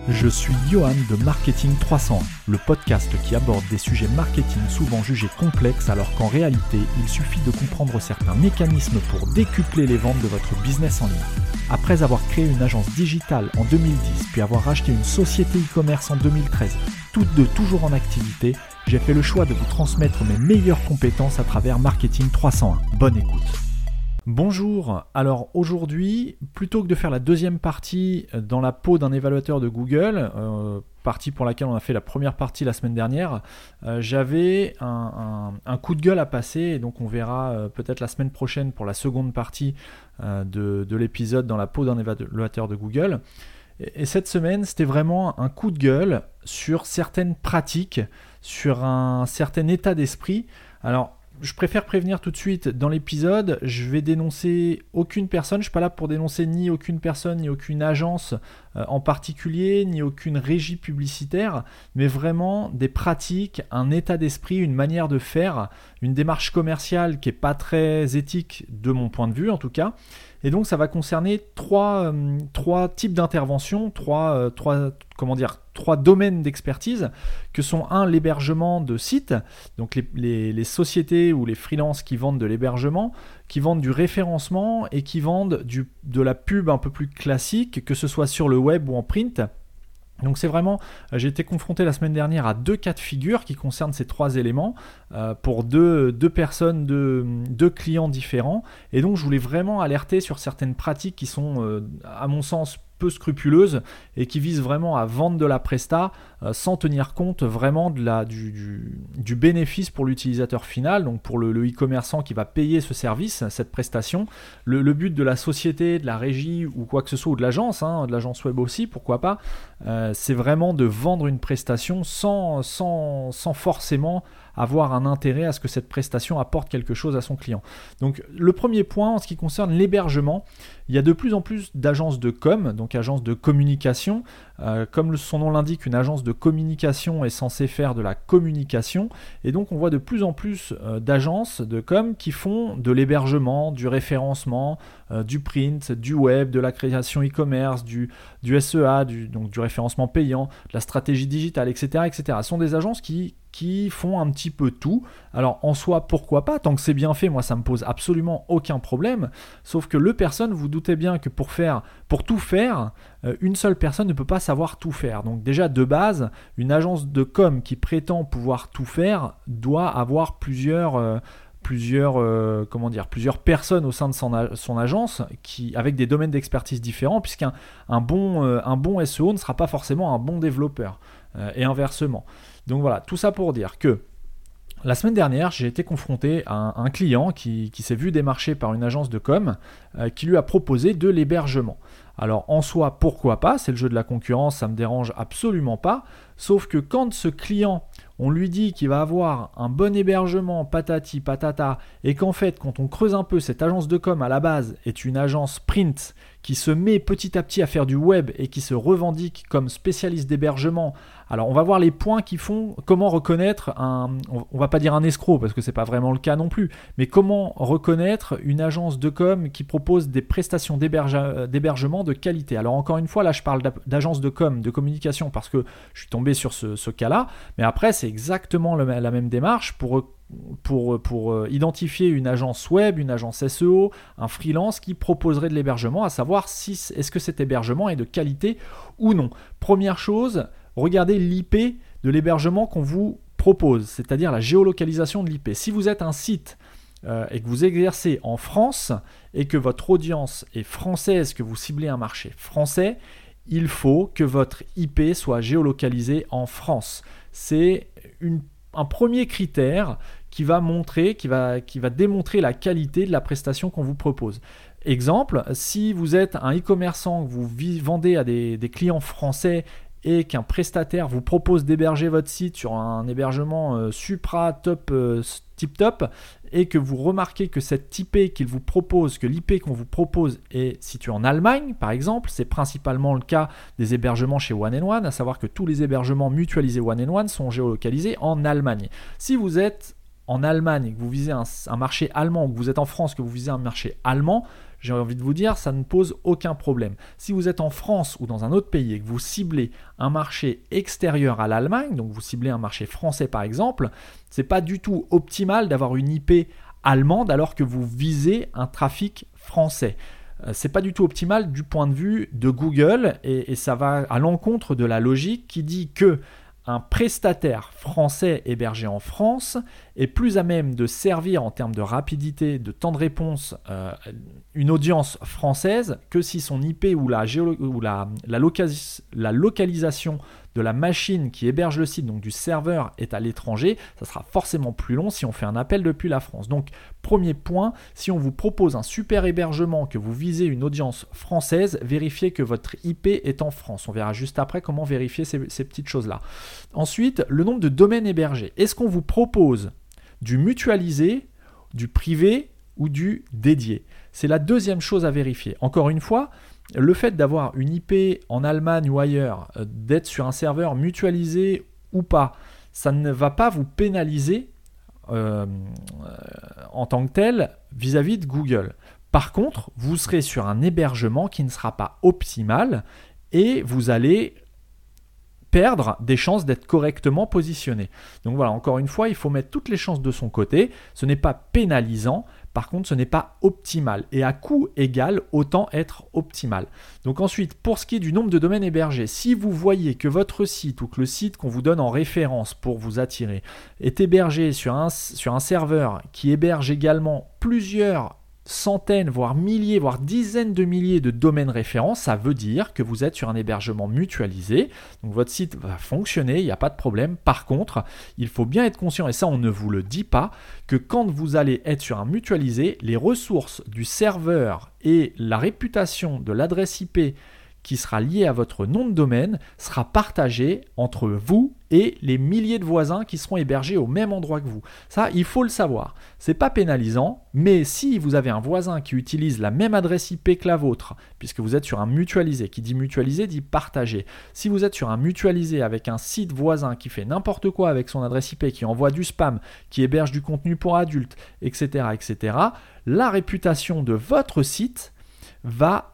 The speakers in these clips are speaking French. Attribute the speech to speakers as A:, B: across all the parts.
A: Je suis Johan de Marketing 301, le podcast qui aborde des sujets marketing souvent jugés complexes alors qu'en réalité, il suffit de comprendre certains mécanismes pour décupler les ventes de votre business en ligne. Après avoir créé une agence digitale en 2010 puis avoir racheté une société e-commerce en 2013, toutes deux toujours en activité, j'ai fait le choix de vous transmettre mes meilleures compétences à travers Marketing 301. Bonne écoute. Bonjour, alors aujourd'hui, plutôt que de faire la deuxième partie dans la peau d'un évaluateur de Google, partie pour laquelle on a fait la première partie la semaine dernière, j'avais un coup de gueule à passer et donc on verra peut-être la semaine prochaine pour la seconde partie de l'épisode dans la peau d'un évaluateur de Google. Et cette semaine, c'était vraiment un coup de gueule sur certaines pratiques, sur un certain état d'esprit. Alors, je préfère prévenir tout de suite, dans l'épisode, je vais dénoncer aucune personne. Je ne suis pas là pour dénoncer ni aucune personne, ni aucune agence en particulier, ni aucune régie publicitaire, mais vraiment des pratiques, un état d'esprit, une manière de faire, une démarche commerciale qui n'est pas très éthique de mon point de vue en tout cas. Et donc ça va concerner trois types d'interventions, trois domaines d'expertise, que sont l'hébergement de sites, donc les sociétés ou les freelances qui vendent de l'hébergement, qui vendent du référencement et qui vendent de la pub un peu plus classique, que ce soit sur le web ou en print. Donc c'est vraiment, j'ai été confronté la semaine dernière à deux cas de figure qui concernent ces trois éléments pour deux personnes, deux clients différents. Et donc je voulais vraiment alerter sur certaines pratiques qui sont, à mon sens, peu scrupuleuses et qui visent vraiment à vendre de la presta sans tenir compte vraiment du bénéfice pour l'utilisateur final, donc pour le e-commerçant qui va payer ce service, cette prestation. Le but de la société, de la régie ou quoi que ce soit, ou de l'agence web aussi, pourquoi pas, c'est vraiment de vendre une prestation sans forcément avoir un intérêt à ce que cette prestation apporte quelque chose à son client. Donc le premier point en ce qui concerne l'hébergement, il y a de plus en plus d'agences de com, donc agences de communication. Comme son nom l'indique, une agence de communication est censée faire de la communication, et donc on voit de plus en plus d'agences de com qui font de l'hébergement, du référencement, du print, du web, de la création e-commerce, du SEA, donc du référencement payant, de la stratégie digitale, etc. etc. Ce sont des agences qui font un petit peu tout. Alors en soi, pourquoi pas, tant que c'est bien fait, moi ça me pose absolument aucun problème, sauf que vous doutez bien que pour tout faire, une seule personne ne peut pas savoir tout faire. Donc déjà de base, une agence de com qui prétend pouvoir tout faire doit avoir plusieurs personnes au sein de son agence avec des domaines d'expertise différents, puisqu'un bon SEO ne sera pas forcément un bon développeur et inversement. Donc voilà, tout ça pour dire que la semaine dernière, j'ai été confronté à un client qui s'est vu démarché par une agence de com qui lui a proposé de l'hébergement. Alors en soi, pourquoi pas, c'est le jeu de la concurrence, ça ne me dérange absolument pas, sauf que quand ce client, on lui dit qu'il va avoir un bon hébergement, patati patata, et qu'en fait, quand on creuse un peu, cette agence de com à la base est une agence print qui se met petit à petit à faire du web et qui se revendique comme spécialiste d'hébergement. Alors on va voir les points qui font comment reconnaître on va pas dire un escroc parce que c'est pas vraiment le cas non plus, mais comment reconnaître une agence de com qui propose des prestations d'hébergement de qualité. Alors encore une fois, là je parle d'agence de com, de communication parce que je suis tombé sur ce cas-là, mais après c'est exactement la même démarche pour identifier une agence web, une agence SEO, un freelance qui proposerait de l'hébergement, à savoir est-ce que cet hébergement est de qualité ou non. Première chose, regardez l'IP de l'hébergement qu'on vous propose, c'est-à-dire la géolocalisation de l'IP. Si vous êtes un site et que vous exercez en France et que votre audience est française, que vous ciblez un marché français, il faut que votre IP soit géolocalisée en France. C'est un premier critère qui va démontrer la qualité de la prestation qu'on vous propose. Exemple, si vous êtes un e-commerçant, que vous vendez à des clients français et qu'un prestataire vous propose d'héberger votre site sur un hébergement supra top tip top et que vous remarquez que cette IP qu'il vous propose, que l'IP qu'on vous propose est située en Allemagne par exemple, c'est principalement le cas des hébergements chez One & One, à savoir que tous les hébergements mutualisés One & One sont géolocalisés en Allemagne. Si vous êtes en Allemagne et que vous visez un marché allemand, ou que vous êtes en France que vous visez un marché allemand, j'ai envie de vous dire, ça ne pose aucun problème. Si vous êtes en France ou dans un autre pays et que vous ciblez un marché extérieur à l'Allemagne, donc vous ciblez un marché français par exemple, c'est pas du tout optimal d'avoir une IP allemande alors que vous visez un trafic français. C'est pas du tout optimal du point de vue de Google et ça va à l'encontre de la logique qui dit que un prestataire français hébergé en France est plus à même de servir en termes de rapidité, de temps de réponse, une audience française que si son IP ou la localisation de la machine qui héberge le site, donc du serveur, est à l'étranger. Ça sera forcément plus long si on fait un appel depuis la France. Donc, premier point, si on vous propose un super hébergement, que vous visez une audience française, vérifiez que votre IP est en France. On verra juste après comment vérifier ces petites choses-là. Ensuite, le nombre de domaines hébergés. Est-ce qu'on vous propose du mutualisé, du privé ou du dédié? C'est la deuxième chose à vérifier. Encore une fois, le fait d'avoir une IP en Allemagne ou ailleurs, d'être sur un serveur mutualisé ou pas, ça ne va pas vous pénaliser en tant que tel vis-à-vis de Google. Par contre, vous serez sur un hébergement qui ne sera pas optimal et vous allez perdre des chances d'être correctement positionné. Donc voilà, encore une fois, il faut mettre toutes les chances de son côté. Ce n'est pas pénalisant, par contre, ce n'est pas optimal. Et à coût égal, autant être optimal. Donc ensuite, pour ce qui est du nombre de domaines hébergés, si vous voyez que votre site ou que le site qu'on vous donne en référence pour vous attirer est hébergé sur un serveur qui héberge également plusieurs centaines, voire milliers, voire dizaines de milliers de domaines référents, ça veut dire que vous êtes sur un hébergement mutualisé. Donc votre site va fonctionner, il n'y a pas de problème. Par contre, il faut bien être conscient, et ça on ne vous le dit pas, que quand vous allez être sur un mutualisé, les ressources du serveur et la réputation de l'adresse IP qui sera liée à votre nom de domaine sera partagée entre vous et les milliers de voisins qui seront hébergés au même endroit que vous. Ça, il faut le savoir. C'est pas pénalisant, mais si vous avez un voisin qui utilise la même adresse IP que la vôtre, puisque vous êtes sur un mutualisé, qui dit mutualisé dit partagé. Si vous êtes sur un mutualisé avec un site voisin qui fait n'importe quoi avec son adresse IP, qui envoie du spam, qui héberge du contenu pour adultes, etc., la réputation de votre site va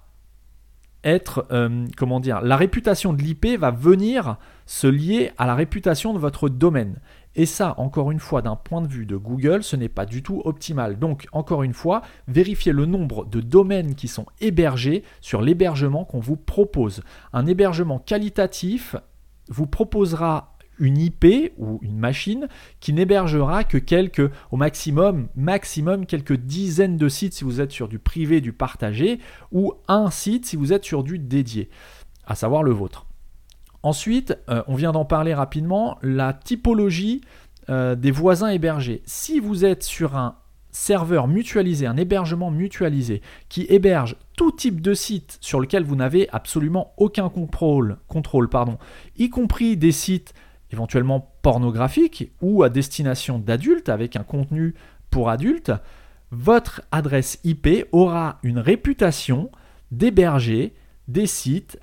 A: être, la réputation de l'IP va venir se lier à la réputation de votre domaine. Et ça, encore une fois, d'un point de vue de Google, ce n'est pas du tout optimal. Donc, encore une fois, vérifiez le nombre de domaines qui sont hébergés sur l'hébergement qu'on vous propose. Un hébergement qualitatif vous proposera une IP ou une machine qui n'hébergera que au maximum quelques dizaines de sites si vous êtes sur du privé, du partagé, ou un site si vous êtes sur du dédié, à savoir le vôtre. Ensuite, on vient d'en parler rapidement, la typologie des voisins hébergés. Si vous êtes sur un serveur mutualisé, un hébergement mutualisé qui héberge tout type de site sur lequel vous n'avez absolument aucun contrôle, y compris des sites éventuellement pornographiques ou à destination d'adultes avec un contenu pour adultes, votre adresse IP aura une réputation d'héberger des sites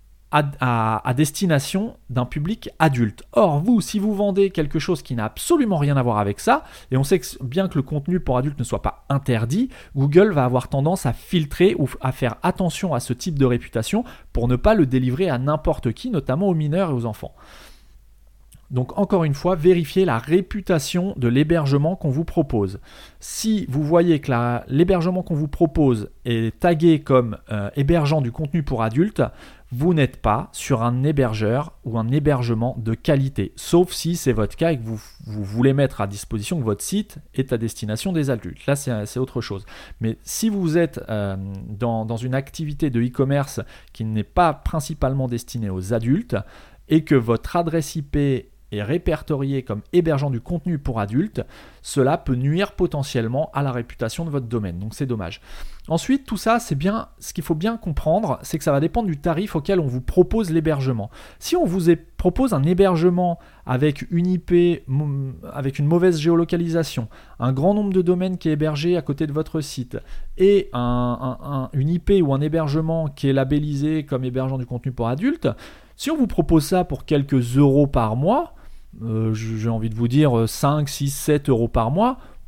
A: à destination d'un public adulte. Or, vous, si vous vendez quelque chose qui n'a absolument rien à voir avec ça, et on sait bien que le contenu pour adultes ne soit pas interdit, Google va avoir tendance à filtrer ou à faire attention à ce type de réputation pour ne pas le délivrer à n'importe qui, notamment aux mineurs et aux enfants. Donc encore une fois, vérifiez la réputation de l'hébergement qu'on vous propose. Si vous voyez que l'hébergement qu'on vous propose est tagué comme hébergeant du contenu pour adultes, vous n'êtes pas sur un hébergeur ou un hébergement de qualité. Sauf si c'est votre cas et que vous voulez mettre à disposition que votre site est à destination des adultes. Là, c'est autre chose. Mais si vous êtes dans une activité de e-commerce qui n'est pas principalement destinée aux adultes et que votre adresse IP est répertorié comme hébergeant du contenu pour adultes, cela peut nuire potentiellement à la réputation de votre domaine. Donc c'est dommage. Ensuite, tout ça, c'est bien, ce qu'il faut bien comprendre, c'est que ça va dépendre du tarif auquel on vous propose l'hébergement. Si on vous propose un hébergement avec une IP, avec une mauvaise géolocalisation, un grand nombre de domaines qui est hébergé à côté de votre site et une IP ou un hébergement qui est labellisé comme hébergeant du contenu pour adultes, si on vous propose ça pour quelques euros par mois, j'ai envie de vous dire 5, 6, 7 euros par mois,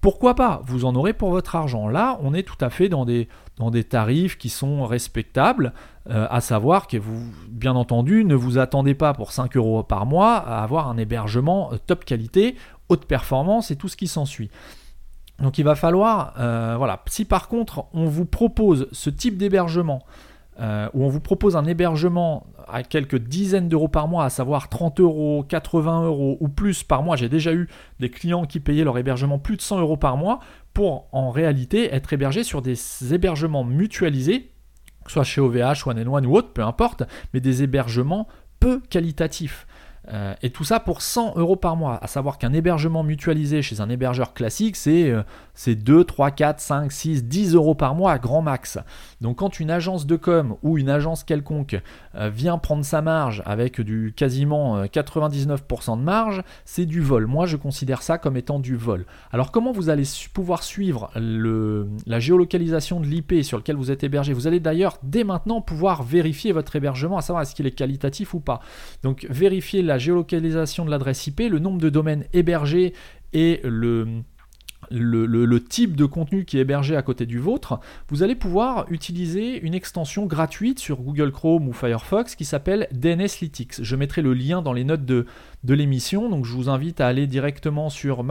A: Pourquoi pas ? Vous en aurez pour votre argent. Là, on est tout à fait dans des tarifs qui sont respectables, à savoir que vous, bien entendu, ne vous attendez pas pour 5 € par mois à avoir un hébergement top qualité, haute performance et tout ce qui s'ensuit. Donc il va falloir, si par contre on vous propose ce type d'hébergement, où on vous propose un hébergement à quelques dizaines d'euros par mois, à savoir 30 €, 80 € ou plus par mois. J'ai déjà eu des clients qui payaient leur hébergement plus de 100 € par mois pour en réalité être hébergés sur des hébergements mutualisés, que ce soit chez OVH, One & One ou autre, peu importe, mais des hébergements peu qualitatifs. Et tout ça pour 100 € par mois. À savoir qu'un hébergement mutualisé chez un hébergeur classique, c'est 2, 3, 4, 5, 6, 10 € par mois à grand max. Donc quand une agence de com ou une agence quelconque vient prendre sa marge avec du quasiment 99% de marge, c'est du vol. Moi, je considère ça comme étant du vol. Alors comment vous allez pouvoir suivre la géolocalisation de l'IP sur lequel vous êtes hébergé ? Vous allez d'ailleurs dès maintenant pouvoir vérifier votre hébergement, à savoir est-ce qu'il est qualitatif ou pas. Donc vérifier la géolocalisation de l'adresse IP, le nombre de domaines hébergés et le type de contenu qui est hébergé à côté du vôtre. Vous allez pouvoir utiliser une extension gratuite sur Google Chrome ou Firefox qui s'appelle DNSlytics. Je mettrai le lien dans les notes de l'émission, donc je vous invite à aller directement sur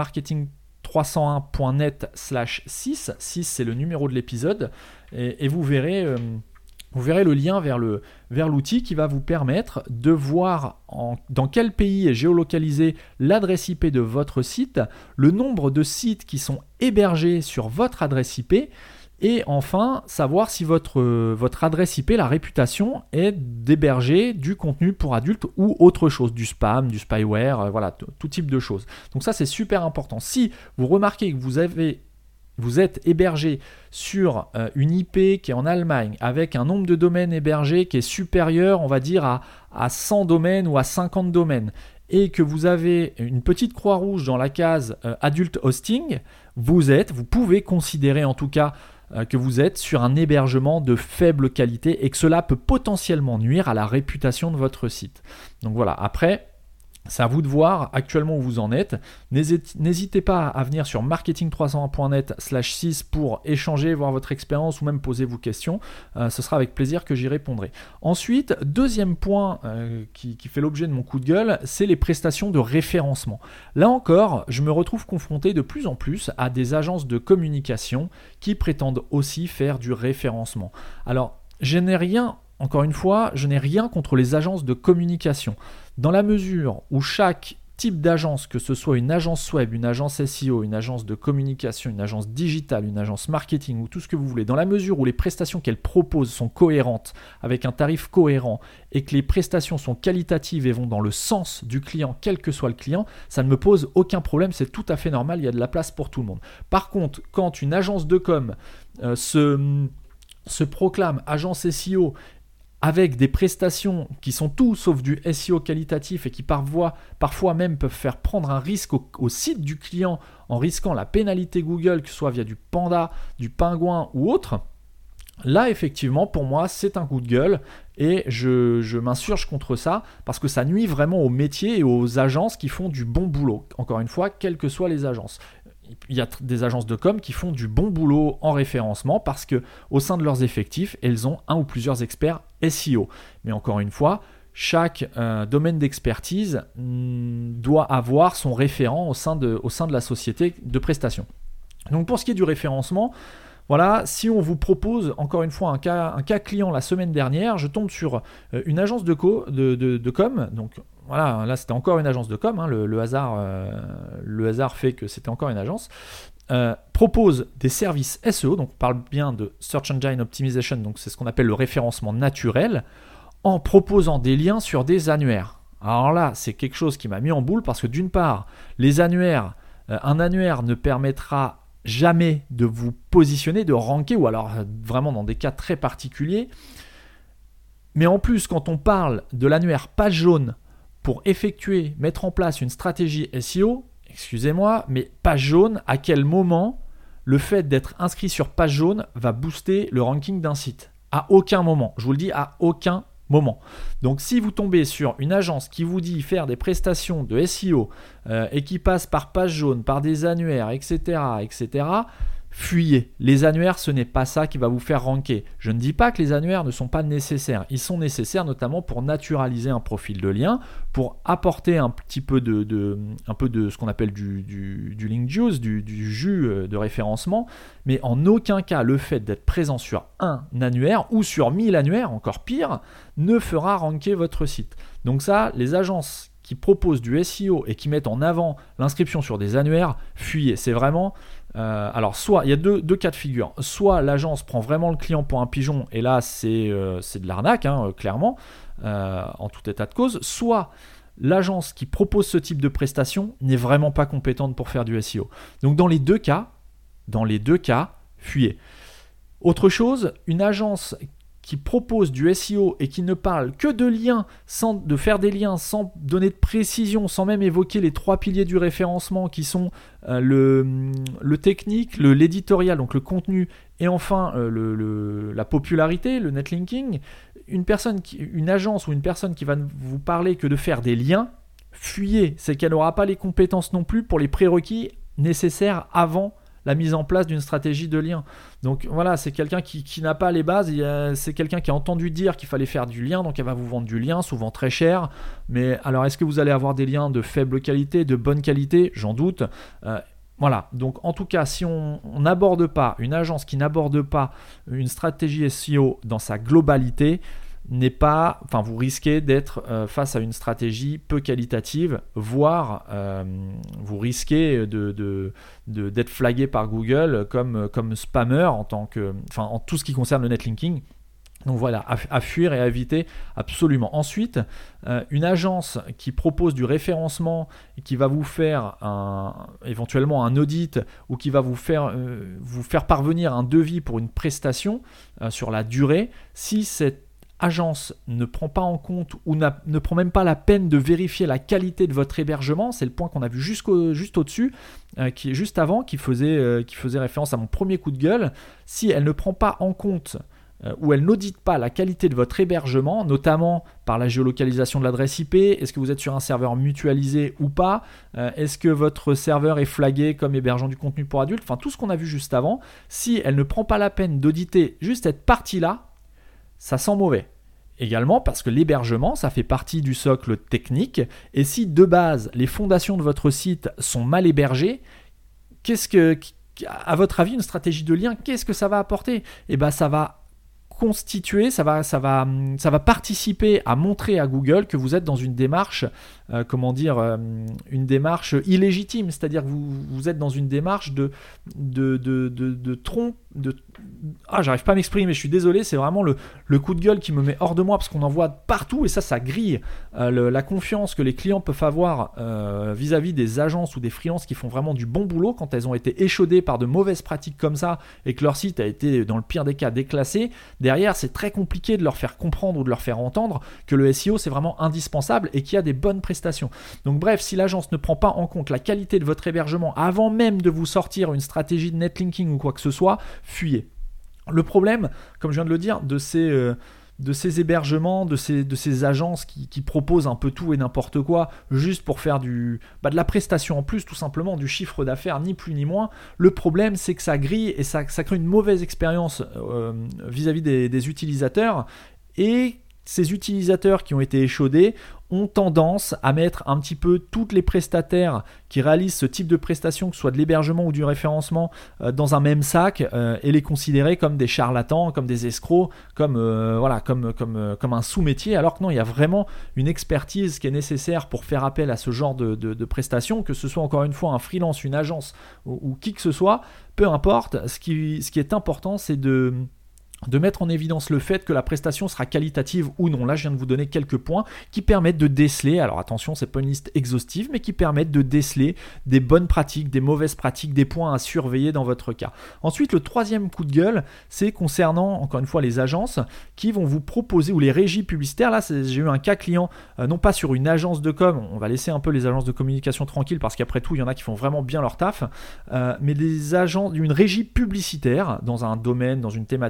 A: marketing301.net/6. 6, c'est le numéro de l'épisode, et vous verrez le lien vers l'outil qui va vous permettre de voir dans quel pays est géolocalisée l'adresse IP de votre site, le nombre de sites qui sont hébergés sur votre adresse IP, et enfin savoir si votre adresse IP, la réputation, est d'héberger du contenu pour adultes ou autre chose, du spam, du spyware, tout type de choses. Donc ça, c'est super important. Si vous remarquez que vous êtes hébergé sur une IP qui est en Allemagne avec un nombre de domaines hébergés qui est supérieur, on va dire, à 100 domaines ou à 50 domaines, et que vous avez une petite croix rouge dans la case Adult Hosting, vous pouvez considérer en tout cas que vous êtes sur un hébergement de faible qualité et que cela peut potentiellement nuire à la réputation de votre site. Donc voilà, après, c'est à vous de voir actuellement où vous en êtes. N'hésitez pas à venir sur marketing301.net/6 pour échanger, voir votre expérience ou même poser vos questions. Ce sera avec plaisir que j'y répondrai. Ensuite, deuxième point qui fait l'objet de mon coup de gueule, c'est les prestations de référencement. Là encore, je me retrouve confronté de plus en plus à des agences de communication qui prétendent aussi faire du référencement. Alors, je n'ai rien contre les agences de communication. Dans la mesure où chaque type d'agence, que ce soit une agence web, une agence SEO, une agence de communication, une agence digitale, une agence marketing ou tout ce que vous voulez, dans la mesure où les prestations qu'elle propose sont cohérentes, avec un tarif cohérent, et que les prestations sont qualitatives et vont dans le sens du client, quel que soit le client, ça ne me pose aucun problème, c'est tout à fait normal, il y a de la place pour tout le monde. Par contre, quand une agence de com se proclame agence SEO avec des prestations qui sont tout sauf du SEO qualitatif et qui parfois même peuvent faire prendre un risque au site du client en risquant la pénalité Google, que ce soit via du Panda, du Pingouin ou autre, là effectivement pour moi c'est un coup de gueule et je m'insurge contre ça parce que ça nuit vraiment au métier et aux agences qui font du bon boulot. Encore une fois, quelles que soient les agences. Il y a des agences de com qui font du bon boulot en référencement parce que au sein de leurs effectifs, elles ont un ou plusieurs experts SEO. Mais encore une fois, chaque domaine d'expertise doit avoir son référent au sein de la société de prestation. Donc pour ce qui est du référencement, voilà, si on vous propose encore une fois un cas client la semaine dernière, je tombe sur une agence de com, donc voilà, là c'était encore une agence de com, hein, le hasard fait que c'était encore une agence, propose des services SEO, donc on parle bien de Search Engine Optimization, donc c'est ce qu'on appelle le référencement naturel, en proposant des liens sur des annuaires. Alors là, c'est quelque chose qui m'a mis en boule parce que d'une part, les annuaires, un annuaire ne permettra jamais de vous positionner, de ranker, ou alors vraiment dans des cas très particuliers. Mais en plus, quand on parle de l'annuaire page jaune pour mettre en place une stratégie SEO, excusez-moi, mais page jaune, à quel moment le fait d'être inscrit sur page jaune va booster le ranking d'un site ? À aucun moment. Je vous le dis, à aucun moment. Donc si vous tombez sur une agence qui vous dit faire des prestations de SEO et qui passe par page jaune, par des annuaires, etc., fuyez. Les annuaires, ce n'est pas ça qui va vous faire ranker. Je ne dis pas que les annuaires ne sont pas nécessaires. Ils sont nécessaires notamment pour naturaliser un profil de lien, pour apporter un petit peu de ce qu'on appelle du link juice, du jus de référencement, mais en aucun cas le fait d'être présent sur un annuaire ou sur 1000 annuaires, encore pire, ne fera ranker votre site. Donc ça, les agences qui proposent du SEO et qui mettent en avant l'inscription sur des annuaires, fuyez. C'est vraiment... alors soit, il y a deux cas de figure. Soit l'agence prend vraiment le client pour un pigeon, et là c'est de l'arnaque, clairement, en tout état de cause. Soit l'agence qui propose ce type de prestation n'est vraiment pas compétente pour faire du SEO. Donc dans les deux cas, fuyez. Autre chose, une agence qui propose du SEO et qui ne parle que de liens, de faire des liens sans donner de précision, sans même évoquer les 3 piliers du référencement qui sont le technique, l'éditorial, donc le contenu, et enfin la popularité, le netlinking, une agence ou une personne qui va vous parler que de faire des liens, fuyez. C'est qu'elle n'aura pas les compétences non plus pour les prérequis nécessaires avant la mise en place d'une stratégie de lien. Donc voilà, c'est quelqu'un qui n'a pas les bases, c'est quelqu'un qui a entendu dire qu'il fallait faire du lien, donc elle va vous vendre du lien, souvent très cher. Mais alors, est-ce que vous allez avoir des liens de faible qualité, de bonne qualité ? J'en doute. Voilà, donc en tout cas, si on n'aborde pas, une agence qui n'aborde pas une stratégie SEO dans sa globalité, vous risquez d'être face à une stratégie peu qualitative, voire vous risquez d'être flagué par Google comme spammer en tout ce qui concerne le netlinking. Donc voilà, à fuir et à éviter absolument. Ensuite, une agence qui propose du référencement et qui va vous faire éventuellement un audit ou qui va vous faire parvenir un devis pour une prestation sur la durée, si cette agence ne prend pas en compte ou ne prend même pas la peine de vérifier la qualité de votre hébergement, c'est le point qu'on a vu juste au-dessus, qui est juste avant, qui faisait référence à mon premier coup de gueule. Si elle ne prend pas en compte ou elle n'audite pas la qualité de votre hébergement, notamment par la géolocalisation de l'adresse IP, est-ce que vous êtes sur un serveur mutualisé ou pas, est-ce que votre serveur est flagué comme hébergeant du contenu pour adultes, enfin tout ce qu'on a vu juste avant, si elle ne prend pas la peine d'auditer juste cette partie-là, ça sent mauvais. Également parce que l'hébergement, ça fait partie du socle technique, et si de base les fondations de votre site sont mal hébergées, à votre avis, une stratégie de lien, qu'est-ce que ça va apporter ? Eh bien, ça va constituer, ça va participer à montrer à Google que vous êtes dans une démarche, une démarche illégitime, c'est-à-dire que vous êtes dans une démarche j'arrive pas à m'exprimer, je suis désolé, c'est vraiment le coup de gueule qui me met hors de moi parce qu'on en voit partout et ça grille la confiance que les clients peuvent avoir vis-à-vis des agences ou des freelances qui font vraiment du bon boulot quand elles ont été échaudées par de mauvaises pratiques comme ça et que leur site a été dans le pire des cas déclassé. Derrière, c'est très compliqué de leur faire comprendre ou de leur faire entendre que le SEO c'est vraiment indispensable et qu'il y a des bonnes prestations. Donc bref, si l'agence ne prend pas en compte la qualité de votre hébergement avant même de vous sortir une stratégie de netlinking ou quoi que ce soit, fuyez. Le problème, comme je viens de le dire, de ces hébergements, de ces agences qui proposent un peu tout et n'importe quoi juste pour faire de la prestation en plus, tout simplement, du chiffre d'affaires, ni plus ni moins. Le problème, c'est que ça grille et ça crée une mauvaise expérience vis-à-vis des utilisateurs, et ces utilisateurs qui ont été échaudés ont tendance à mettre un petit peu toutes les prestataires qui réalisent ce type de prestation, que ce soit de l'hébergement ou du référencement, dans un même sac et les considérer comme des charlatans, comme des escrocs, comme un sous-métier, alors que non, il y a vraiment une expertise qui est nécessaire pour faire appel à ce genre de prestations, que ce soit encore une fois un freelance, une agence ou qui que ce soit, peu importe. Ce qui est important, c'est de mettre en évidence le fait que la prestation sera qualitative ou non. Là, je viens de vous donner quelques points qui permettent de déceler, alors attention, c'est pas une liste exhaustive, mais qui permettent de déceler des bonnes pratiques, des mauvaises pratiques, des points à surveiller dans votre cas. Ensuite, le troisième coup de gueule, c'est concernant, encore une fois, les agences qui vont vous proposer, ou les régies publicitaires. Là, j'ai eu un cas client, non pas sur une agence de com, on va laisser un peu les agences de communication tranquilles, parce qu'après tout, il y en a qui font vraiment bien leur taf, mais des agences d'une régie publicitaire dans un domaine, dans une thématique très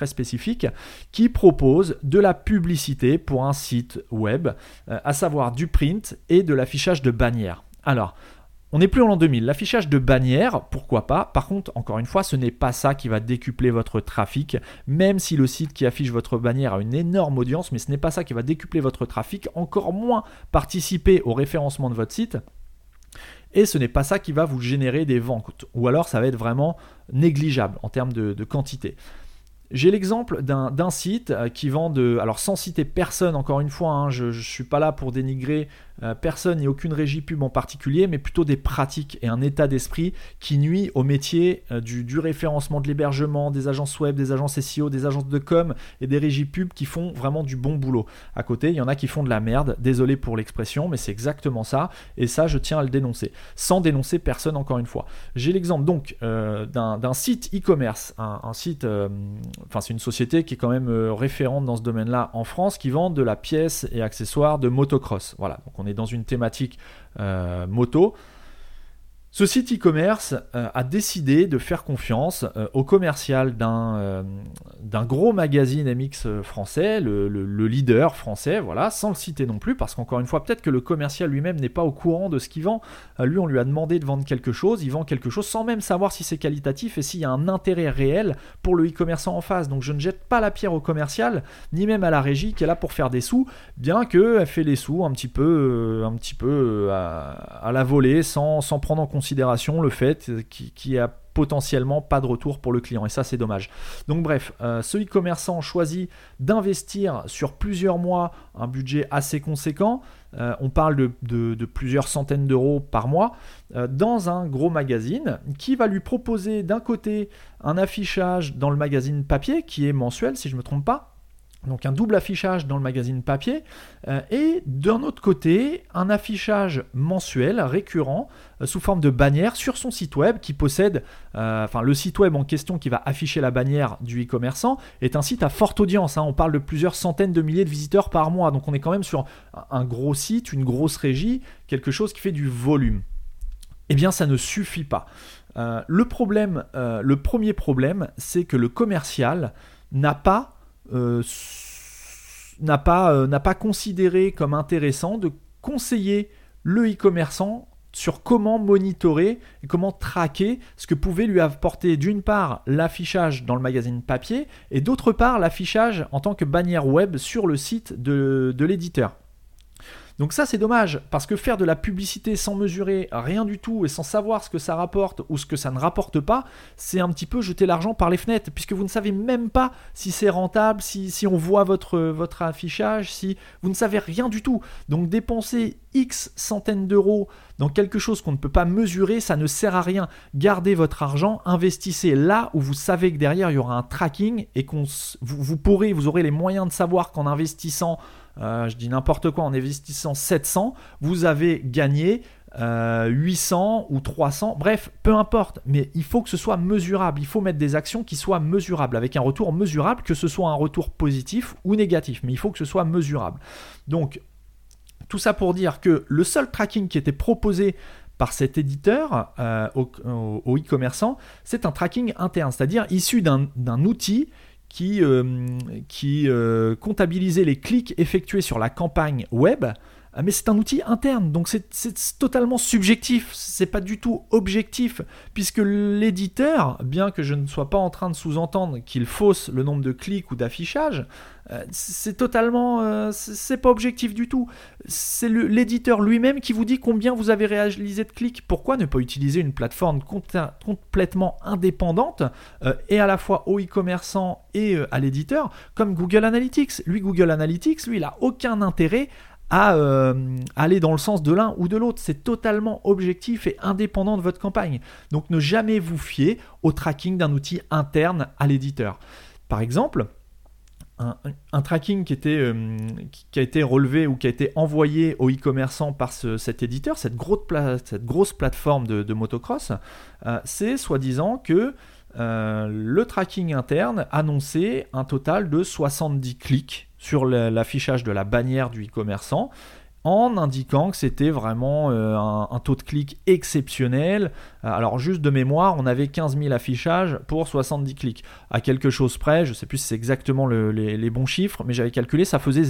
A: spécifique qui propose de la publicité pour un site web, à savoir du print et de l'affichage de bannières. Alors, on n'est plus en l'an 2000. L'affichage de bannières, pourquoi pas. Par contre, encore une fois, ce n'est pas ça qui va décupler votre trafic, même si le site qui affiche votre bannière a une énorme audience, mais ce n'est pas ça qui va décupler votre trafic, encore moins participer au référencement de votre site. Et ce n'est pas ça qui va vous générer des ventes, ou alors ça va être vraiment négligeable en termes de quantité. J'ai l'exemple d'un site qui vend alors sans citer personne, encore une fois, je ne suis pas là pour dénigrer personne ni aucune régie pub en particulier, mais plutôt des pratiques et un état d'esprit qui nuit au métier du référencement, de l'hébergement, des agences web, des agences SEO, des agences de com et des régies pub qui font vraiment du bon boulot. À côté, il y en a qui font de la merde, désolé pour l'expression, mais c'est exactement ça, et ça je tiens à le dénoncer, sans dénoncer personne encore une fois. J'ai l'exemple donc d'un site e-commerce, un site, c'est une société qui est quand même référente dans ce domaine-là en France, qui vend de la pièce et accessoires de motocross. Voilà, donc on est dans une thématique moto. Ce site e-commerce a décidé de faire confiance au commercial d'un gros magazine MX français, le leader français, voilà, sans le citer non plus, parce qu'encore une fois, peut-être que le commercial lui-même n'est pas au courant de ce qu'il vend. Lui, on lui a demandé de vendre quelque chose, il vend quelque chose sans même savoir si c'est qualitatif et s'il y a un intérêt réel pour le e-commerçant en face. Donc je ne jette pas la pierre au commercial, ni même à la régie qui est là pour faire des sous, bien qu'elle fait les sous un petit peu à la volée, sans prendre en considération le fait qu'il y a potentiellement pas de retour pour le client, et ça c'est dommage. Donc bref, ce e-commerçant choisit d'investir sur plusieurs mois un budget assez conséquent, on parle de plusieurs centaines d'euros par mois, dans un gros magazine qui va lui proposer d'un côté un affichage dans le magazine papier qui est mensuel si je ne me trompe pas, donc un double affichage dans le magazine papier, et d'un autre côté un affichage mensuel récurrent sous forme de bannière sur son site web qui possède, le site web en question qui va afficher la bannière du e-commerçant est un site à forte audience, on parle de plusieurs centaines de milliers de visiteurs par mois, donc on est quand même sur un gros site, une grosse régie, quelque chose qui fait du volume. Eh bien ça ne suffit pas. Le premier problème, c'est que le commercial n'a pas considéré comme intéressant de conseiller le e-commerçant sur comment monitorer et comment traquer ce que pouvait lui apporter d'une part l'affichage dans le magazine papier et d'autre part l'affichage en tant que bannière web sur le site de l'éditeur. Donc ça c'est dommage, parce que faire de la publicité sans mesurer rien du tout et sans savoir ce que ça rapporte ou ce que ça ne rapporte pas, c'est un petit peu jeter l'argent par les fenêtres, puisque vous ne savez même pas si c'est rentable, si on voit votre affichage, si vous ne savez rien du tout. Donc dépenser X centaines d'euros dans quelque chose qu'on ne peut pas mesurer, ça ne sert à rien. Gardez votre argent, investissez là où vous savez que derrière il y aura un tracking et vous aurez les moyens de savoir qu'en investissant je dis n'importe quoi, en investissant 700, vous avez gagné 800 ou 300, bref, peu importe, mais il faut que ce soit mesurable, il faut mettre des actions qui soient mesurables, avec un retour mesurable, que ce soit un retour positif ou négatif, mais il faut que ce soit mesurable. Donc, tout ça pour dire que le seul tracking qui était proposé par cet éditeur au e-commerçant, c'est un tracking interne, c'est-à-dire issu d'un outil qui comptabilisait les clics effectués sur la campagne web, mais c'est un outil interne, donc c'est totalement subjectif, c'est pas du tout objectif, puisque l'éditeur, bien que je ne sois pas en train de sous-entendre qu'il fausse le nombre de clics ou d'affichages, c'est totalement, c'est pas objectif du tout. C'est l'éditeur lui-même qui vous dit combien vous avez réalisé de clics. Pourquoi ne pas utiliser une plateforme complètement indépendante et à la fois aux e-commerçants et à l'éditeur, comme Google Analytics. Google Analytics, il n'a aucun intérêt à aller dans le sens de l'un ou de l'autre. C'est totalement objectif et indépendant de votre campagne. Donc ne jamais vous fier au tracking d'un outil interne à l'éditeur. Par exemple, un tracking qui a été relevé ou qui a été envoyé aux e-commerçants par cet éditeur, cette grosse plateforme de motocross, c'est soi-disant que le tracking interne annonçait un total de 70 clics sur l'affichage de la bannière du e-commerçant, en indiquant que c'était vraiment un taux de clic exceptionnel. Alors juste de mémoire, on avait 15 000 affichages pour 70 clics. À quelque chose près, je ne sais plus si c'est exactement les bons chiffres, mais j'avais calculé, ça faisait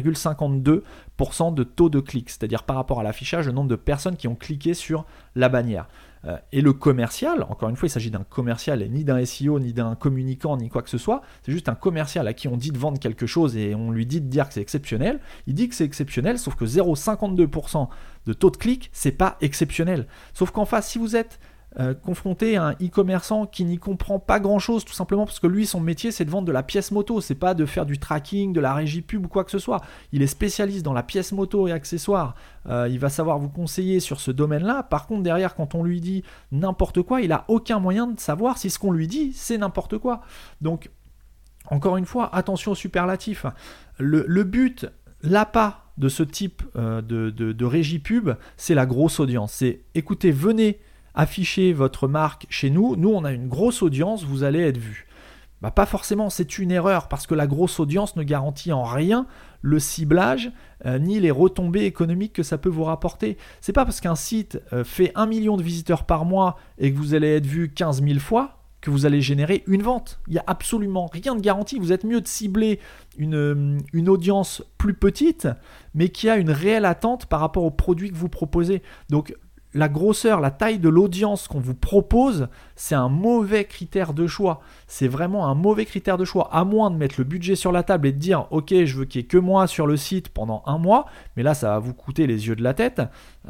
A: 0,52% de taux de clic, c'est-à-dire par rapport à l'affichage, le nombre de personnes qui ont cliqué sur la bannière. Et le commercial, encore une fois, il s'agit d'un commercial et ni d'un SEO, ni d'un communicant, ni quoi que ce soit. C'est juste un commercial à qui on dit de vendre quelque chose et on lui dit de dire que c'est exceptionnel. Il dit que c'est exceptionnel, sauf que 0,52% de taux de clic, c'est pas exceptionnel. Sauf qu'en face, si vous êtes confronté à un e-commerçant qui n'y comprend pas grand-chose, tout simplement parce que lui, son métier, c'est de vendre de la pièce moto, c'est pas de faire du tracking, de la régie pub ou quoi que ce soit. Il est spécialiste dans la pièce moto et accessoires. Il va savoir vous conseiller sur ce domaine-là. Par contre, derrière, quand on lui dit n'importe quoi, il n'a aucun moyen de savoir si ce qu'on lui dit, c'est n'importe quoi. Donc, encore une fois, attention aux superlatifs. Le but, l'appât de ce type de régie pub, c'est la grosse audience. C'est, écoutez, venez afficher votre marque chez nous, on a une grosse audience, vous allez être vu. Pas forcément, c'est une erreur parce que la grosse audience ne garantit en rien le ciblage ni les retombées économiques que ça peut vous rapporter. C'est pas parce qu'un site fait 1 million de visiteurs par mois et que vous allez être vu 15 000 fois que vous allez générer une vente. Il n'y a absolument rien de garanti. Vous êtes mieux de cibler une audience plus petite mais qui a une réelle attente par rapport aux produits que vous proposez. Donc la grosseur, la taille de l'audience qu'on vous propose, c'est un mauvais critère de choix. C'est vraiment un mauvais critère de choix. À moins de mettre le budget sur la table et de dire « Ok, je veux qu'il n'y ait que moi sur le site pendant 1 mois », mais là, ça va vous coûter les yeux de la tête.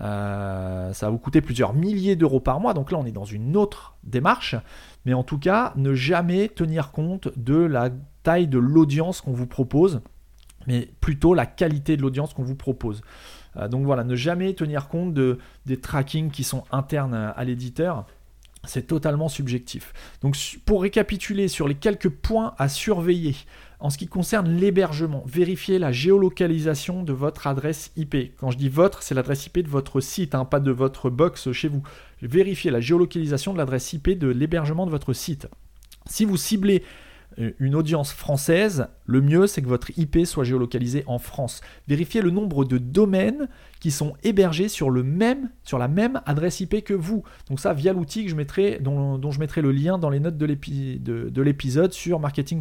A: Ça va vous coûter plusieurs milliers d'euros par mois. Donc là, on est dans une autre démarche. Mais en tout cas, ne jamais tenir compte de la taille de l'audience qu'on vous propose, mais plutôt la qualité de l'audience qu'on vous propose. Donc voilà, ne jamais tenir compte des trackings qui sont internes à l'éditeur. C'est totalement subjectif. Donc pour récapituler sur les quelques points à surveiller, en ce qui concerne l'hébergement, vérifiez la géolocalisation de votre adresse IP. Quand je dis votre, c'est l'adresse IP de votre site, pas de votre box chez vous. Vérifiez la géolocalisation de l'adresse IP de l'hébergement de votre site. Si vous ciblez une audience française, le mieux c'est que votre IP soit géolocalisé en France. Vérifiez le nombre de domaines qui sont hébergés sur la même adresse IP que vous. Donc ça via l'outil que dont je mettrai le lien dans les notes de l'épisode sur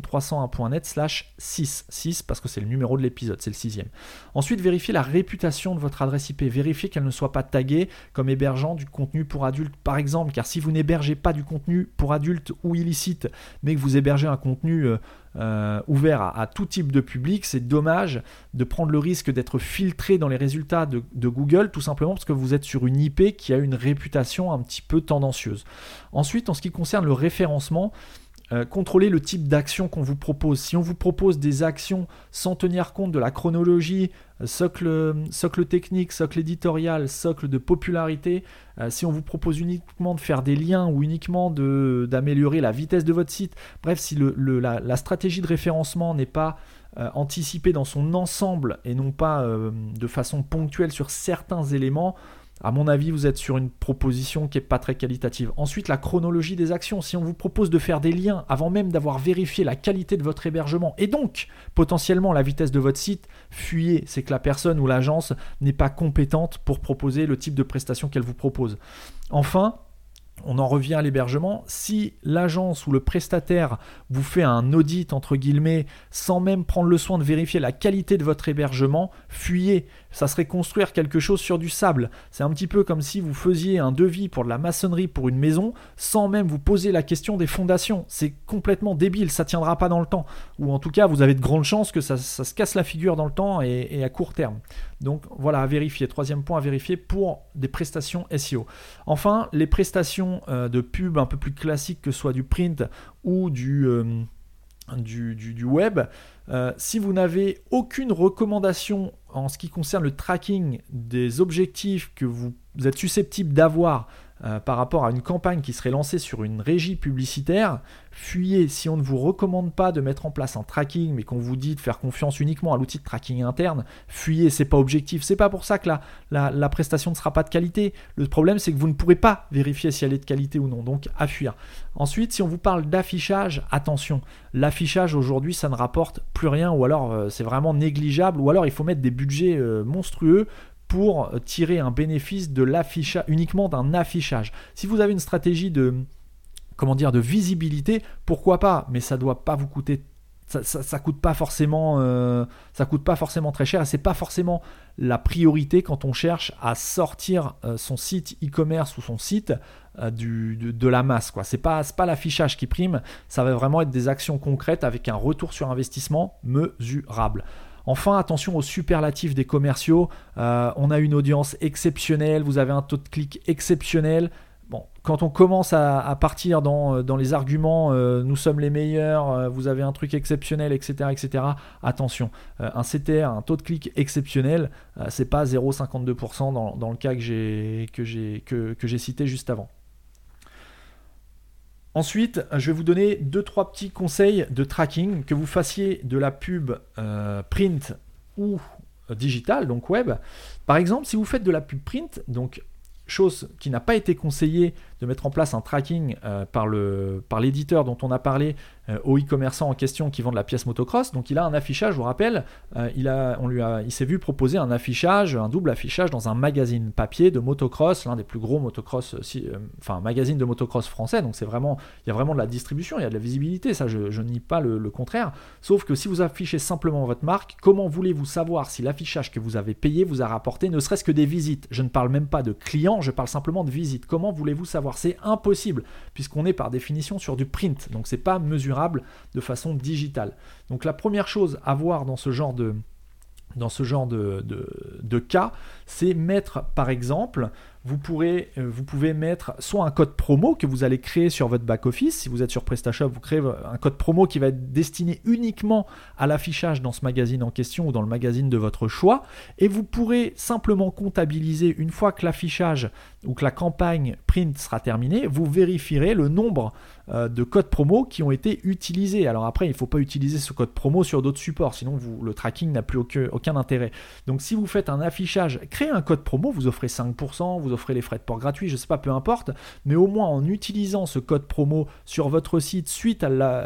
A: marketing301.net/6 parce que c'est le numéro de l'épisode, c'est le 6e. Ensuite, vérifiez la réputation de votre adresse IP. Vérifiez qu'elle ne soit pas taguée comme hébergeant du contenu pour adultes par exemple, car si vous n'hébergez pas du contenu pour adultes ou illicite, mais que vous hébergez un contenu ouvert à tout type de public, c'est dommage de prendre le risque d'être filtré dans les résultats de Google, tout simplement parce que vous êtes sur une IP qui a une réputation un petit peu tendancieuse. Ensuite, en ce qui concerne le référencement, contrôlez le type d'action qu'on vous propose. Si on vous propose des actions sans tenir compte de la chronologie, socle technique, socle éditorial, socle de popularité, si on vous propose uniquement de faire des liens ou uniquement d'améliorer la vitesse de votre site, bref, si la stratégie de référencement n'est pas anticipée dans son ensemble et non pas de façon ponctuelle sur certains éléments, à mon avis, vous êtes sur une proposition qui n'est pas très qualitative. Ensuite, la chronologie des actions. Si on vous propose de faire des liens avant même d'avoir vérifié la qualité de votre hébergement et donc potentiellement la vitesse de votre site, fuyez. C'est que la personne ou l'agence n'est pas compétente pour proposer le type de prestation qu'elle vous propose. Enfin, on en revient à l'hébergement. Si l'agence ou le prestataire vous fait un audit, entre guillemets, sans même prendre le soin de vérifier la qualité de votre hébergement, fuyez. Ça serait construire quelque chose sur du sable. C'est un petit peu comme si vous faisiez un devis pour de la maçonnerie pour une maison sans même vous poser la question des fondations. C'est complètement débile, ça ne tiendra pas dans le temps. Ou en tout cas, vous avez de grandes chances que ça se casse la figure dans le temps et à court terme. Donc voilà, à vérifier. 3e point à vérifier pour des prestations SEO. Enfin, les prestations de pub un peu plus classiques, que ce soit du print ou du web, si vous n'avez aucune recommandation en ce qui concerne le tracking des objectifs que vous êtes susceptible d'avoir par rapport à une campagne qui serait lancée sur une régie publicitaire, fuyez. Si on ne vous recommande pas de mettre en place un tracking, mais qu'on vous dit de faire confiance uniquement à l'outil de tracking interne, fuyez, c'est pas objectif. C'est pas pour ça que la prestation ne sera pas de qualité. Le problème, c'est que vous ne pourrez pas vérifier si elle est de qualité ou non, donc à fuir. Ensuite, si on vous parle d'affichage, attention, l'affichage aujourd'hui, ça ne rapporte plus rien, ou alors c'est vraiment négligeable, ou alors il faut mettre des budgets monstrueux pour tirer un bénéfice de l'affichage, uniquement d'un affichage. Si vous avez une stratégie de visibilité, pourquoi pas, mais ça doit pas vous coûter, ça coûte pas forcément très cher, et c'est pas forcément la priorité quand on cherche à sortir son site e-commerce ou son site de la masse, quoi. C'est pas l'affichage qui prime, ça va vraiment être des actions concrètes avec un retour sur investissement mesurable. Enfin, attention aux superlatifs des commerciaux. On a une audience exceptionnelle, vous avez un taux de clic exceptionnel. Bon, quand on commence à partir dans les arguments, nous sommes les meilleurs, vous avez un truc exceptionnel, etc. Attention, un CTR, un taux de clic exceptionnel, c'est pas 0,52% dans le cas que j'ai cité juste avant. Ensuite, je vais vous donner 2-3 petits conseils de tracking, que vous fassiez de la pub print ou digital, donc web. Par exemple, si vous faites de la pub print, donc chose qui n'a pas été conseillée de mettre en place un tracking par l'éditeur dont on a parlé au e-commerçant en question qui vend de la pièce motocross. Donc il a un affichage, je vous rappelle, il s'est vu proposer un affichage, un double affichage dans un magazine papier de motocross, l'un des plus gros motocross, magazine de motocross français. Donc il y a vraiment de la distribution, il y a de la visibilité, ça je nie pas le contraire. Sauf que si vous affichez simplement votre marque, comment voulez-vous savoir si l'affichage que vous avez payé vous a rapporté ne serait-ce que des visites? Je ne parle même pas de clients, je parle simplement de visites. Comment voulez-vous savoir? C'est impossible, puisqu'on est par définition sur du print, donc c'est pas mesurable de façon digitale. Donc la première chose à voir dans ce genre de cas, c'est mettre, par exemple, vous pouvez mettre soit un code promo que vous allez créer sur votre back-office. Si vous êtes sur PrestaShop, vous créez un code promo qui va être destiné uniquement à l'affichage dans ce magazine en question ou dans le magazine de votre choix. Et vous pourrez simplement comptabiliser, une fois que l'affichage ou que la campagne print sera terminée, vous vérifierez le nombre de codes promo qui ont été utilisés. Alors après, il ne faut pas utiliser ce code promo sur d'autres supports, sinon le tracking n'a plus aucun intérêt. Donc si vous faites un affichage, créez un code promo, vous offrez 5%, vous offrez les frais de port gratuits, je ne sais pas, peu importe, mais au moins en utilisant ce code promo sur votre site suite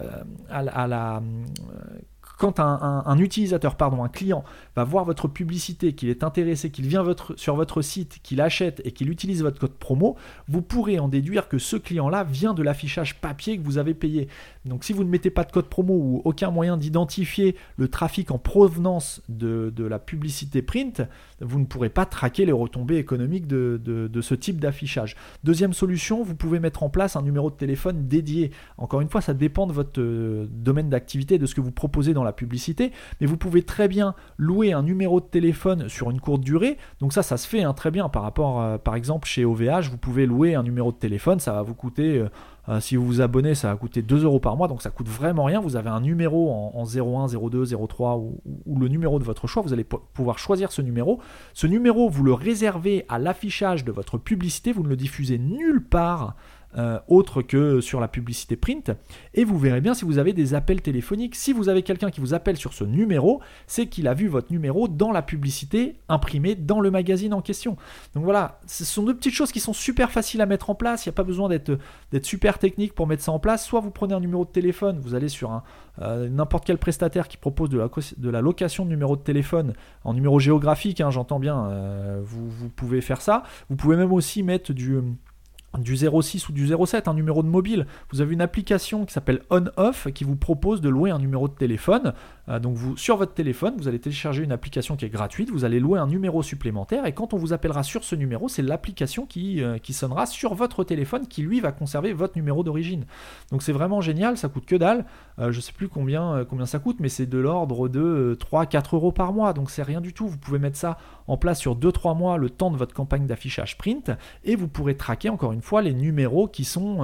A: quand un utilisateur, un client va voir votre publicité, qu'il est intéressé, qu'il vient sur votre site, qu'il achète et qu'il utilise votre code promo, vous pourrez en déduire que ce client-là vient de l'affichage papier que vous avez payé. Donc si vous ne mettez pas de code promo ou aucun moyen d'identifier le trafic en provenance de la publicité print, vous ne pourrez pas traquer les retombées économiques de ce type d'affichage. Deuxième solution, vous pouvez mettre en place un numéro de téléphone dédié. Encore une fois, ça dépend de votre domaine d'activité, de ce que vous proposez dans la publicité, mais vous pouvez très bien louer un numéro de téléphone sur une courte durée. Donc ça se fait très bien par rapport, par exemple, chez OVH, vous pouvez louer un numéro de téléphone, ça va vous coûter, si vous vous abonnez, ça va coûter 2 € par mois, donc ça coûte vraiment rien. Vous avez un numéro en 01, 02, 03 ou le numéro de votre choix, vous allez pouvoir choisir ce numéro. Ce numéro, vous le réservez à l'affichage de votre publicité, vous ne le diffusez nulle part autre que sur la publicité print, et vous verrez bien si vous avez des appels téléphoniques. Si vous avez quelqu'un qui vous appelle sur ce numéro, c'est qu'il a vu votre numéro dans la publicité imprimée dans le magazine en question. Donc voilà, ce sont deux petites choses qui sont super faciles à mettre en place. Il n'y a pas besoin d'être super technique pour mettre ça en place. Soit vous prenez un numéro de téléphone, vous allez sur n'importe quel prestataire qui propose de la location de numéro de téléphone en numéro géographique, j'entends bien, vous pouvez faire ça. Vous pouvez même aussi mettre du 06 ou du 07, un numéro de mobile. Vous avez une application qui s'appelle On-Off qui vous propose de louer un numéro de téléphone. Donc sur votre téléphone, vous allez télécharger une application qui est gratuite, vous allez louer un numéro supplémentaire et quand on vous appellera sur ce numéro, c'est l'application qui sonnera sur votre téléphone qui lui va conserver votre numéro d'origine. Donc c'est vraiment génial, ça coûte que dalle. Je ne sais plus combien ça coûte, mais c'est de l'ordre de 3-4 € par mois, donc c'est rien du tout. Vous pouvez mettre ça en place sur 2-3 mois, le temps de votre campagne d'affichage print, et vous pourrez traquer encore une fois les numéros qui sont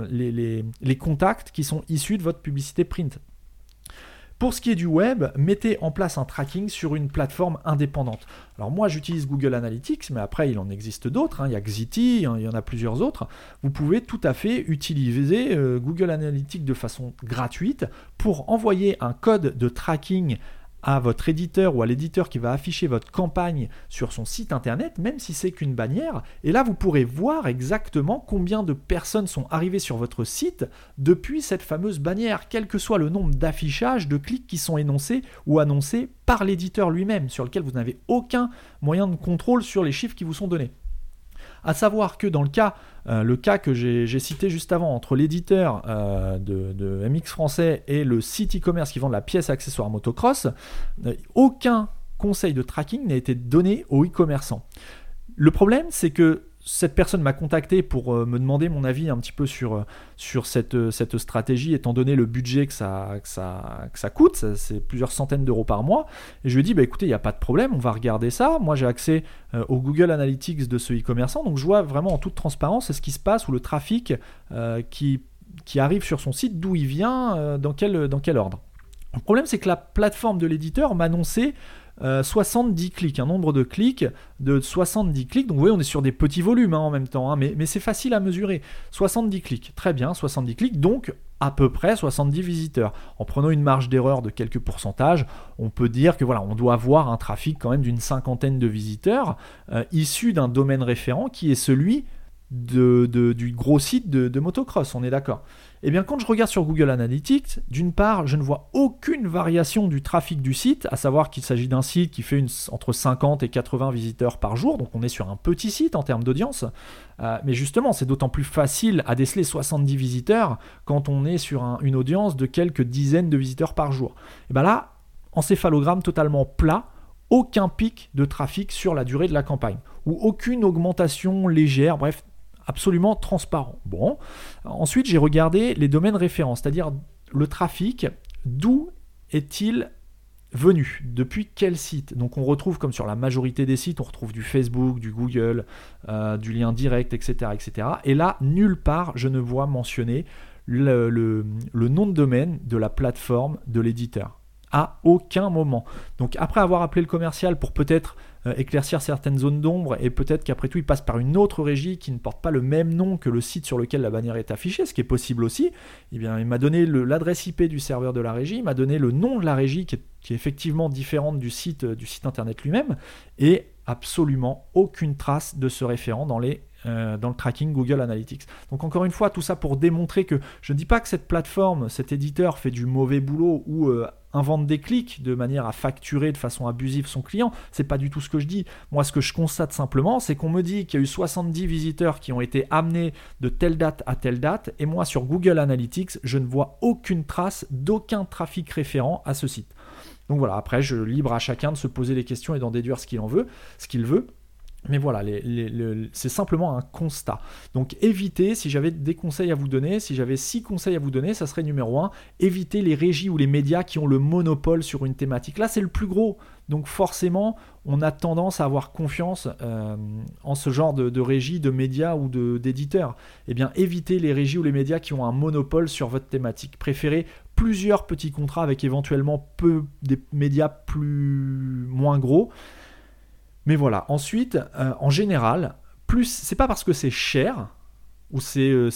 A: les contacts qui sont issus de votre publicité print. Pour ce qui est du web, mettez en place un tracking sur une plateforme indépendante. Alors moi j'utilise Google Analytics, mais après il en existe d'autres, il y a Xity, il y en a plusieurs autres. Vous pouvez tout à fait utiliser Google Analytics de façon gratuite pour envoyer un code de tracking à votre éditeur ou à l'éditeur qui va afficher votre campagne sur son site internet, même si c'est qu'une bannière. Et là, vous pourrez voir exactement combien de personnes sont arrivées sur votre site depuis cette fameuse bannière, quel que soit le nombre d'affichages, de clics qui sont énoncés ou annoncés par l'éditeur lui-même, sur lequel vous n'avez aucun moyen de contrôle sur les chiffres qui vous sont donnés. À savoir que dans le cas que j'ai cité juste avant, entre l'éditeur de MX Français et le site e-commerce qui vend de la pièce accessoire motocross, aucun conseil de tracking n'a été donné aux e-commerçants. Le problème, c'est que cette personne m'a contacté pour me demander mon avis un petit peu sur cette stratégie, étant donné le budget que ça coûte, c'est plusieurs centaines d'euros par mois. Et je lui ai dit, écoutez, il n'y a pas de problème, on va regarder ça. Moi, j'ai accès au Google Analytics de ce e-commerçant, donc je vois vraiment en toute transparence ce qui se passe ou le trafic qui arrive sur son site, d'où il vient, dans quel ordre. Le problème, c'est que la plateforme de l'éditeur m'annonçait 70 clics, un nombre de clics de 70 clics. Donc vous voyez, on est sur des petits volumes en même temps, mais c'est facile à mesurer. 70 clics, très bien, 70 clics, donc à peu près 70 visiteurs. En prenant une marge d'erreur de quelques pourcentages, on peut dire que voilà, on doit avoir un trafic quand même d'une cinquantaine de visiteurs issus d'un domaine référent qui est celui du gros site de motocross, on est d'accord. Eh bien, quand je regarde sur Google Analytics, d'une part, je ne vois aucune variation du trafic du site, à savoir qu'il s'agit d'un site qui fait entre 50 et 80 visiteurs par jour, donc on est sur un petit site en termes d'audience. Mais justement, c'est d'autant plus facile à déceler 70 visiteurs quand on est sur une audience de quelques dizaines de visiteurs par jour. Et bien là, encéphalogramme totalement plat, aucun pic de trafic sur la durée de la campagne, ou aucune augmentation légère, bref, absolument transparent. Bon, ensuite j'ai regardé les domaines référents, c'est-à-dire le trafic, d'où est-il venu, depuis quel site. Donc on retrouve, comme sur la majorité des sites, on retrouve du Facebook, du Google, du lien direct, etc., etc. Et là, nulle part, je ne vois mentionner le nom de domaine de la plateforme de l'éditeur. À aucun moment. Donc après avoir appelé le commercial pour peut-être éclaircir certaines zones d'ombre, et peut-être qu'après tout il passe par une autre régie qui ne porte pas le même nom que le site sur lequel la bannière est affichée, ce qui est possible aussi, eh bien, il m'a donné l'adresse IP du serveur de la régie, il m'a donné le nom de la régie qui est effectivement différente du site internet lui-même, et absolument aucune trace de ce référent dans le tracking Google Analytics. Donc encore une fois, tout ça pour démontrer que je ne dis pas que cette plateforme, cet éditeur fait du mauvais boulot ou invente des clics de manière à facturer de façon abusive son client. C'est pas du tout ce que je dis. Moi, ce que je constate simplement, c'est qu'on me dit qu'il y a eu 70 visiteurs qui ont été amenés de telle date à telle date, et moi, sur Google Analytics, je ne vois aucune trace d'aucun trafic référent à ce site. Donc voilà, après, libre à chacun de se poser les questions et d'en déduire ce qu'il veut. Mais voilà, c'est simplement un constat. Donc évitez, si j'avais des conseils à vous donner, si j'avais 6 conseils à vous donner, ça serait numéro 1, évitez les régies ou les médias qui ont le monopole sur une thématique. Là, c'est le plus gros. Donc forcément, on a tendance à avoir confiance en ce genre de régie, de médias ou d'éditeurs. Eh bien, évitez les régies ou les médias qui ont un monopole sur votre thématique. Préférez plusieurs petits contrats avec éventuellement des médias moins gros. Mais voilà, ensuite, en général, c'est pas parce que c'est cher, ou c'est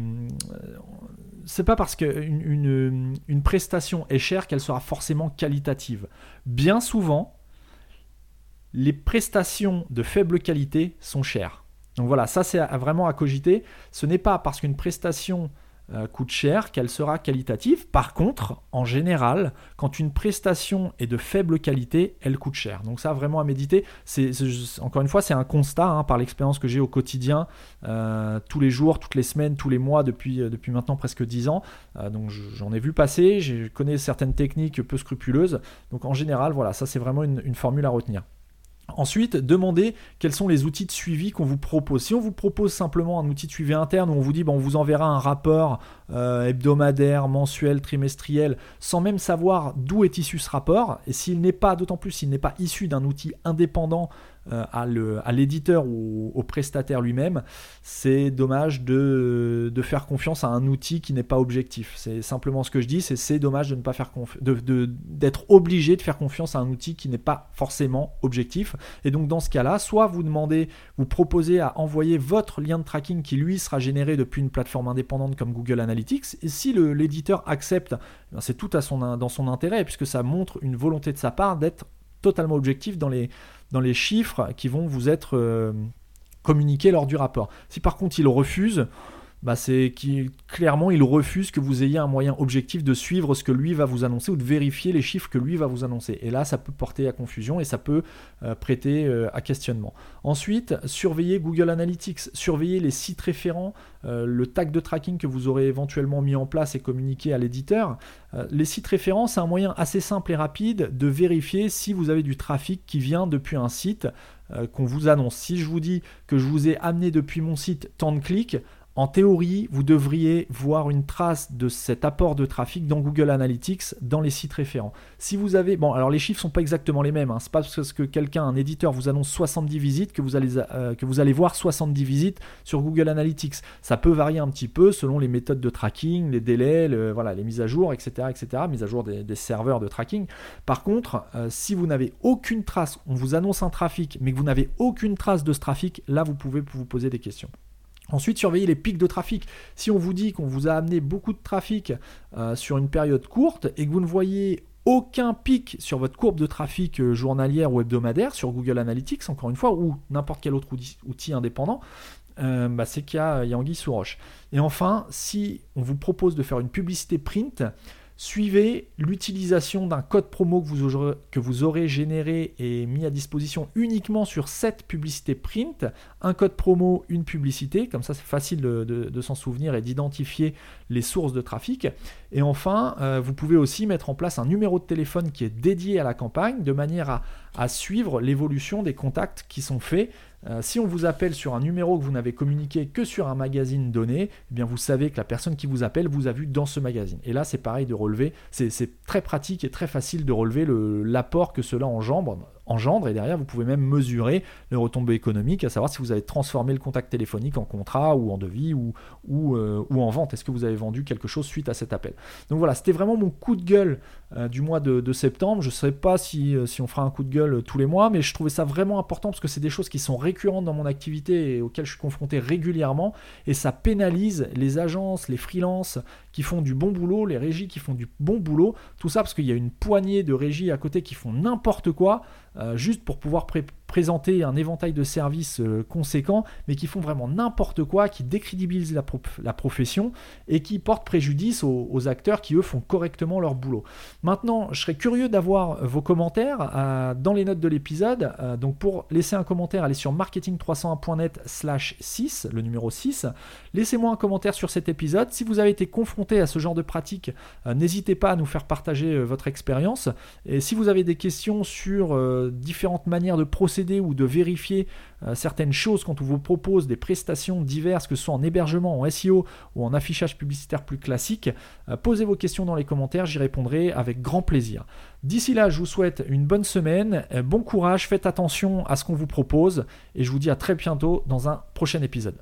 A: pas parce qu'une prestation est chère qu'elle sera forcément qualitative. Bien souvent, les prestations de faible qualité sont chères. Donc voilà, ça c'est vraiment à cogiter. Ce n'est pas parce qu'une prestation coûte cher qu'elle sera qualitative. Par contre, en général, quand une prestation est de faible qualité, elle coûte cher. Donc ça, vraiment à méditer. Encore une fois, c'est un constat par l'expérience que j'ai au quotidien, tous les jours, toutes les semaines, tous les mois, depuis maintenant presque 10 ans. Donc j'en ai vu passer, je connais certaines techniques peu scrupuleuses. Donc en général, voilà, ça c'est vraiment une formule à retenir. Ensuite, demandez quels sont les outils de suivi qu'on vous propose. Si on vous propose simplement un outil de suivi interne où on vous dit on vous enverra un rapport hebdomadaire, mensuel, trimestriel, sans même savoir d'où est issu ce rapport, et d'autant plus s'il n'est pas issu d'un outil indépendant à l'éditeur ou au prestataire lui-même, c'est dommage de faire confiance à un outil qui n'est pas objectif. C'est simplement ce que je dis, c'est dommage de ne pas faire d'être obligé de faire confiance à un outil qui n'est pas forcément objectif. Et donc dans ce cas-là, soit vous proposez à envoyer votre lien de tracking qui lui sera généré depuis une plateforme indépendante comme Google Analytics, et si l'éditeur accepte, c'est tout dans son intérêt, puisque ça montre une volonté de sa part d'être totalement objectif dans les chiffres qui vont vous être communiqués lors du rapport. Si par contre il refuse, c'est clairement il refuse que vous ayez un moyen objectif de suivre ce que lui va vous annoncer ou de vérifier les chiffres que lui va vous annoncer. Et là, ça peut porter à confusion et ça peut prêter à questionnement. Ensuite, surveillez Google Analytics, surveillez les sites référents, le tag de tracking que vous aurez éventuellement mis en place et communiqué à l'éditeur. Les sites référents, c'est un moyen assez simple et rapide de vérifier si vous avez du trafic qui vient depuis un site qu'on vous annonce. Si je vous dis que je vous ai amené depuis mon site tant de clics, en théorie, vous devriez voir une trace de cet apport de trafic dans Google Analytics, dans les sites référents. Si vous avez... alors les chiffres ne sont pas exactement les mêmes. C'est pas parce que un éditeur vous annonce 70 visites que vous allez voir 70 visites sur Google Analytics. Ça peut varier un petit peu selon les méthodes de tracking, les délais, les mises à jour, etc. Mise à jour des serveurs de tracking. Par contre, si vous n'avez aucune trace, on vous annonce un trafic, mais que vous n'avez aucune trace de ce trafic, là vous pouvez vous poser des questions. Ensuite, surveillez les pics de trafic. Si on vous dit qu'on vous a amené beaucoup de trafic sur une période courte et que vous ne voyez aucun pic sur votre courbe de trafic journalière ou hebdomadaire sur Google Analytics, encore une fois, ou n'importe quel autre outil indépendant, c'est qu'il y a anguille sous roche. Et enfin, si on vous propose de faire une publicité print, suivez l'utilisation d'un code promo que vous aurez généré et mis à disposition uniquement sur cette publicité print. Un code promo, une publicité, comme ça c'est facile de s'en souvenir et d'identifier les sources de trafic. Et enfin, vous pouvez aussi mettre en place un numéro de téléphone qui est dédié à la campagne, de manière à suivre l'évolution des contacts qui sont faits. Si on vous appelle sur un numéro que vous n'avez communiqué que sur un magazine donné, eh bien vous savez que la personne qui vous appelle vous a vu dans ce magazine. Et là, c'est pareil de relever. C'est très pratique et très facile de relever l'apport que cela engendre, et derrière vous pouvez même mesurer les retombées économiques, à savoir si vous avez transformé le contact téléphonique en contrat ou en devis ou en vente. Est-ce que vous avez vendu quelque chose suite à cet appel? Donc voilà, c'était vraiment mon coup de gueule du mois de septembre. Je ne sais pas si on fera un coup de gueule tous les mois, mais je trouvais ça vraiment important parce que c'est des choses qui sont récurrentes dans mon activité et auxquelles je suis confronté régulièrement, et ça pénalise les agences, les freelances qui font du bon boulot, les régies qui font du bon boulot, tout ça parce qu'il y a une poignée de régies à côté qui font n'importe quoi juste pour pouvoir présenter un éventail de services conséquents, mais qui font vraiment n'importe quoi, qui décrédibilisent la profession et qui portent préjudice aux acteurs qui, eux, font correctement leur boulot. Maintenant, je serais curieux d'avoir vos commentaires dans les notes de l'épisode. Donc pour laisser un commentaire, allez sur marketing301.net/6, le numéro 6. Laissez-moi un commentaire sur cet épisode. Si vous avez été confronté à ce genre de pratique, n'hésitez pas à nous faire partager votre expérience. Et si vous avez des questions sur différentes manières de procéder ou de vérifier certaines choses quand on vous propose des prestations diverses, que ce soit en hébergement, en SEO ou en affichage publicitaire plus classique, posez vos questions dans les commentaires, j'y répondrai avec grand plaisir. D'ici là, je vous souhaite une bonne semaine, bon courage, faites attention à ce qu'on vous propose et je vous dis à très bientôt dans un prochain épisode.